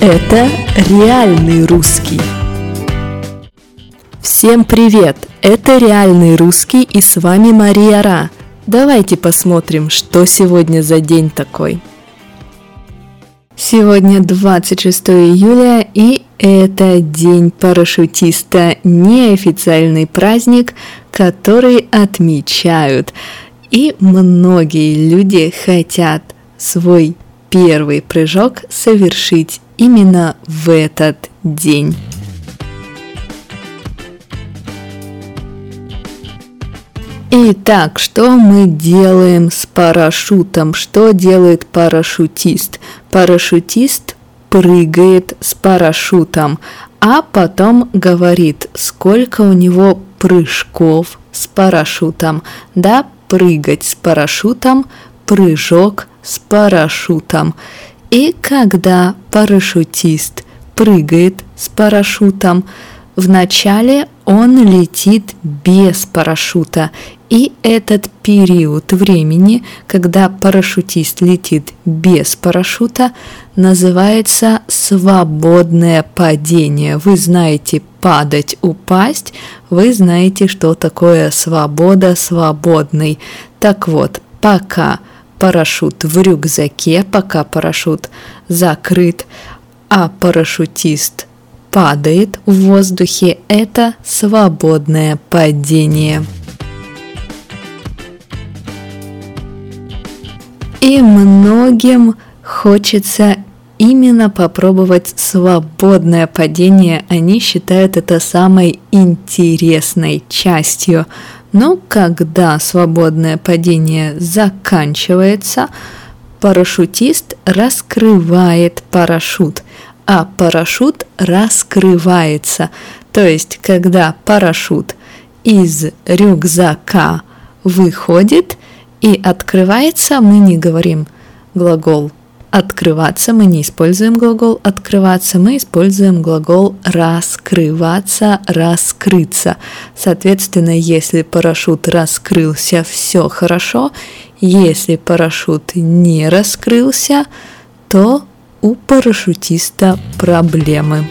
Это реальный русский. Всем привет! Это реальный русский, и с вами Мария Ра. Давайте посмотрим, что сегодня за день такой. Сегодня 26 июля, и это День парашютиста, неофициальный праздник, который отмечают. И многие люди хотят свой первый прыжок совершить именно в этот день. Итак, что мы делаем с парашютом? Что делает парашютист? Парашютист прыгает с парашютом, а потом говорит, сколько у него прыжков с парашютом. Да, прыгать с парашютом, прыжок с парашютом. И когда парашютист прыгает с парашютом, вначале он летит без парашюта, и этот период времени, когда парашютист летит без парашюта, называется свободное падение. Вы знаете падать, упасть, вы знаете, что такое свобода, свободный. Так вот, пока парашют в рюкзаке, пока парашют закрыт, а парашютист падает в воздухе, это свободное падение. И многим хочется именно попробовать свободное падение. Они считают это самой интересной частью. Но когда свободное падение заканчивается, парашютист раскрывает парашют, а парашют раскрывается. То есть, когда парашют из рюкзака выходит и открывается, мы не говорим глагол «открываться», мы не используем глагол «открываться», мы используем глагол «раскрываться», «раскрыться». Соответственно, если парашют раскрылся, все хорошо. Если парашют не раскрылся, то у парашютиста проблемы.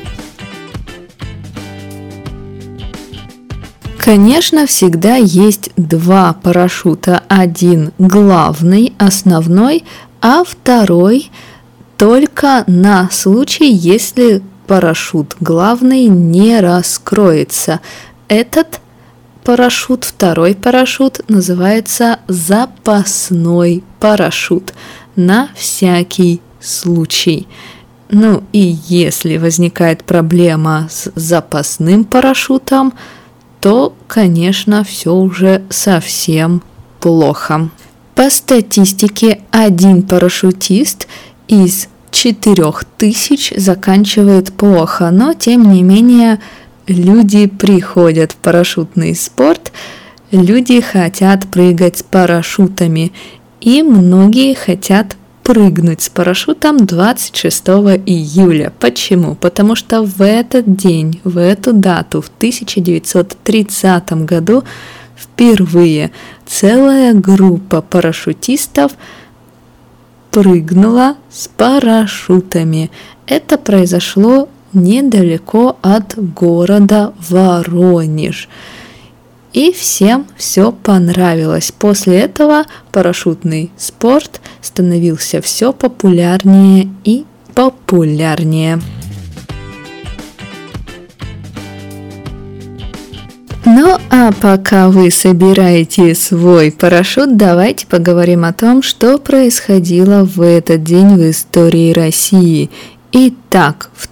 Конечно, всегда есть два парашюта. Один главный, основной, а второй только на случай, если парашют главный не раскроется. Этот парашют, второй парашют, называется запасной парашют на всякий случай. Ну и если возникает проблема с запасным парашютом, то, конечно, все уже совсем плохо. По статистике, один парашютист из 4000 заканчивает плохо, но тем не менее люди приходят в парашютный спорт, люди хотят прыгать с парашютами, и многие хотят прыгнуть с парашютом 26 июля. Почему? Потому что в этот день, в эту дату, в 1930 году впервые целая группа парашютистов прыгнула с парашютами. Это произошло недалеко от города Воронеж. И всем все понравилось. После этого парашютный спорт становился все популярнее и популярнее. Ну а пока вы собираете свой парашют, давайте поговорим о том, что происходило в этот день в истории России. Итак, в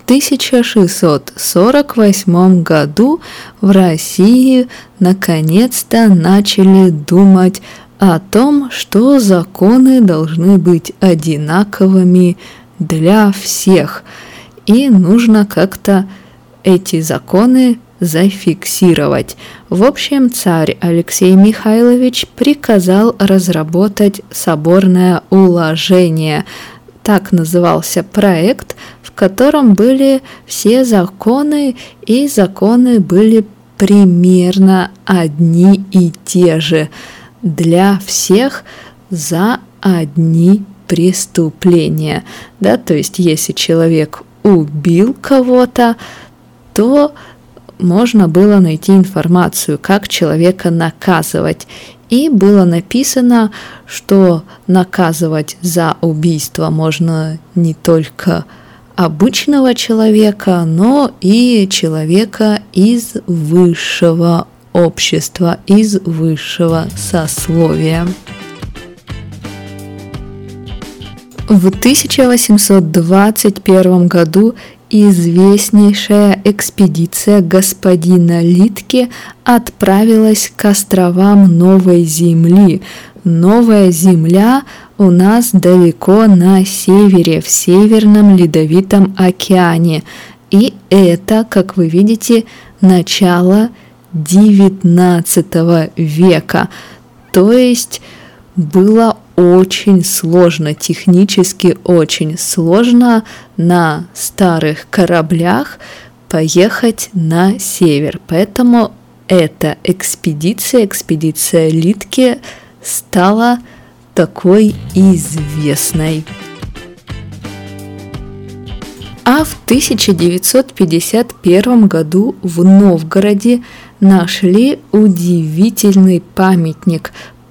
1648 году в России наконец-то начали думать о том, что законы должны быть одинаковыми для всех, и нужно как-то эти законы зафиксировать. В общем, царь Алексей Михайлович приказал разработать соборное уложение. Так назывался проект, в котором были все законы, и законы были примерно одни и те же для всех за одни преступления. Да, то есть, если человек убил кого-то, то можно было найти информацию, как человека наказывать. И было написано, что наказывать за убийство можно не только обычного человека, но и человека из высшего общества, из высшего сословия. В 1821 году известнейшая экспедиция господина Литке отправилась к островам Новой Земли. Новая Земля у нас далеко на севере, в Северном Ледовитом океане. И это, как вы видите, начало XIX века. То есть было очень сложно, технически очень сложно на старых кораблях поехать на север. Поэтому эта экспедиция Литке, стала такой известной. А в 1951 году в Новгороде нашли удивительный памятник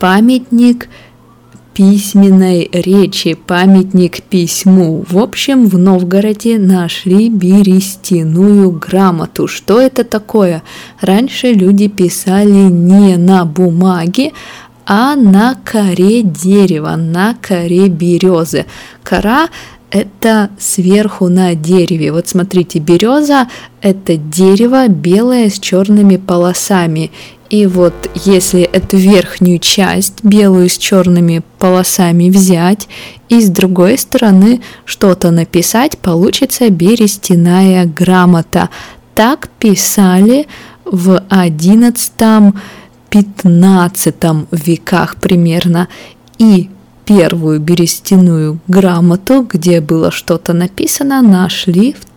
письменной речи, памятник письму. В общем, в Новгороде нашли берестяную грамоту. Что это такое? Раньше люди писали не на бумаге, а на коре дерева, на коре березы. Кора – это сверху на дереве. Вот смотрите, береза – это дерево белое с черными полосами. И вот если эту верхнюю часть, белую с черными полосами, взять и с другой стороны что-то написать, получится берестяная грамота. Так писали в XI-XV веках примерно. И первую берестяную грамоту, где было что-то написано, нашли в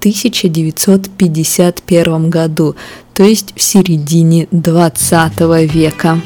1951 году, то есть в середине 20 века.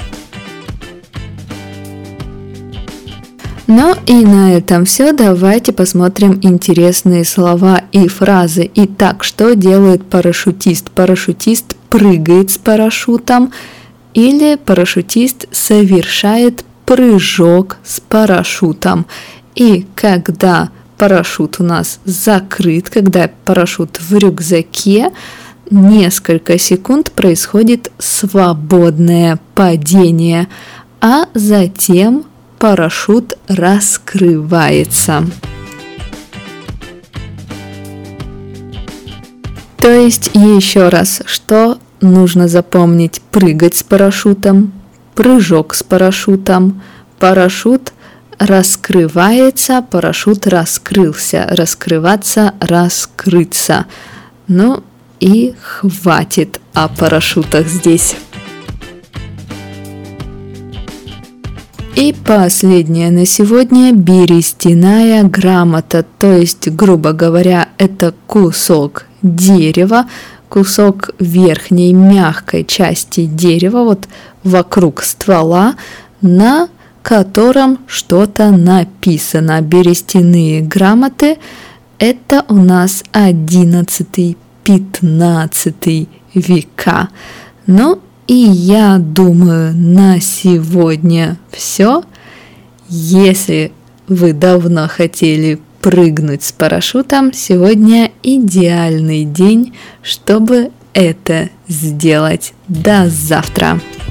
Ну и на этом все. Давайте посмотрим интересные слова и фразы. Итак, что делает парашютист? Парашютист прыгает с парашютом или парашютист совершает прыжок с парашютом. И когда парашют у нас закрыт, когда парашют в рюкзаке, несколько секунд происходит свободное падение, а затем парашют раскрывается. То есть еще раз, что нужно запомнить: прыгать с парашютом, прыжок с парашютом, парашют раскрывается, парашют раскрылся, раскрываться, раскрыться. Ну и хватит о парашютах здесь. И последнее на сегодня – берестяная грамота, то есть, грубо говоря, это кусок дерева, кусок верхней мягкой части дерева, вот вокруг ствола, на котором что-то написано. Берестяные грамоты – это у нас 11-15 века. Ну и я думаю, на сегодня все. Если вы давно хотели прыгнуть с парашютом, сегодня идеальный день, чтобы это сделать. До завтра!